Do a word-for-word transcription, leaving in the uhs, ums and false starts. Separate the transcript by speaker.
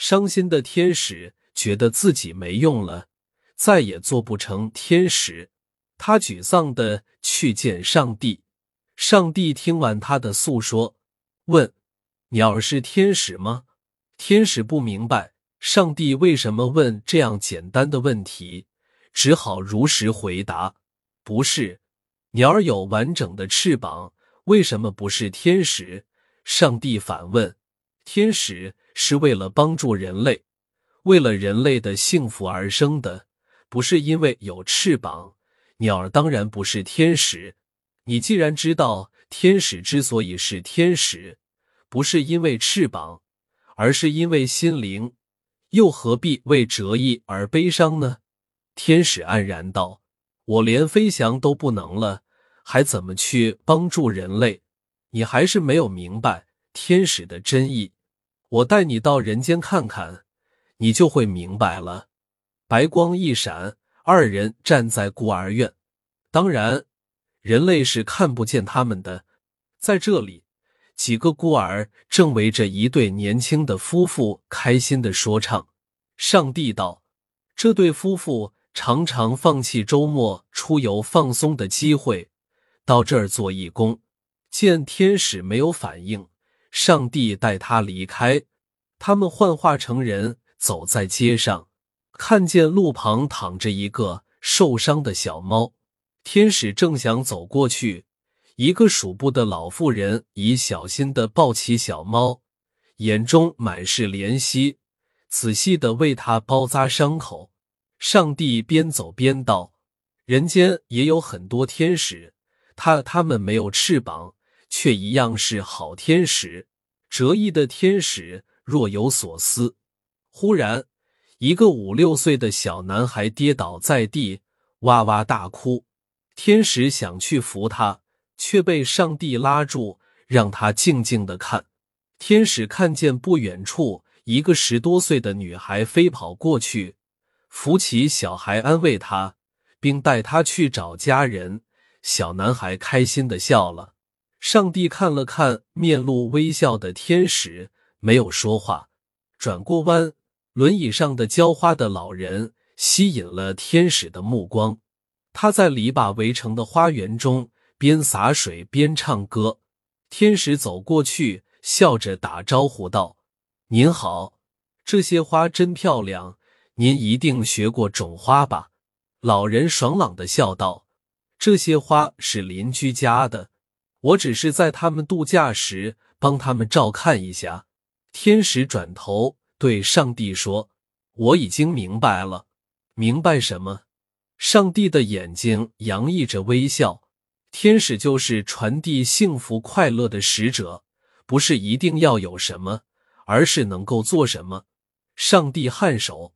Speaker 1: 伤心的天使觉得自己没用了，再也做不成天使。他沮丧地去见上帝。上帝听完他的诉说，问：鸟儿是天使吗？天使不明白上帝为什么问这样简单的问题，只好如实回答：不是。鸟儿有完整的翅膀，为什么不是天使？上帝反问：天使是为了帮助人类，为了人类的幸福而生的，不是因为有翅膀。鸟儿当然不是天使。你既然知道天使之所以是天使，不是因为翅膀，而是因为心灵，又何必为折翼而悲伤呢？天使黯然道：我连飞翔都不能了，还怎么去帮助人类？你还是没有明白天使的真意。我带你到人间看看，你就会明白了。白光一闪，二人站在孤儿院。当然，人类是看不见他们的。在这里，几个孤儿正围着一对年轻的夫妇开心地说唱。上帝道：这对夫妇常常放弃周末出游放松的机会，到这儿做义工。见天使没有反应，上帝带他离开。他们幻化成人，走在街上，看见路旁躺着一个受伤的小猫。天使正想走过去，一个数步的老妇人已小心地抱起小猫，眼中满是怜惜，仔细地为它包扎伤口。上帝边走边道：人间也有很多天使，他他们没有翅膀，却一样是好天使。折翼的天使若有所思。忽然，一个五六岁的小男孩跌倒在地，哇哇大哭。天使想去扶他，却被上帝拉住，让他静静地看。天使看见不远处一个十多岁的女孩飞跑过去，扶起小孩安慰他，并带他去找家人。小男孩开心地笑了。上帝看了看面露微笑的天使，没有说话。转过弯，轮椅上的浇花的老人吸引了天使的目光。他在篱笆围成的花园中边洒水边唱歌。天使走过去，笑着打招呼道：您好，这些花真漂亮，您一定学过种花吧？老人爽朗地笑道：这些花是邻居家的，我只是在他们度假时帮他们照看一下。天使转头对上帝说：我已经明白了。明白什么？上帝的眼睛洋溢着微笑。天使就是传递幸福快乐的使者，不是一定要有什么，而是能够做什么。上帝颔首，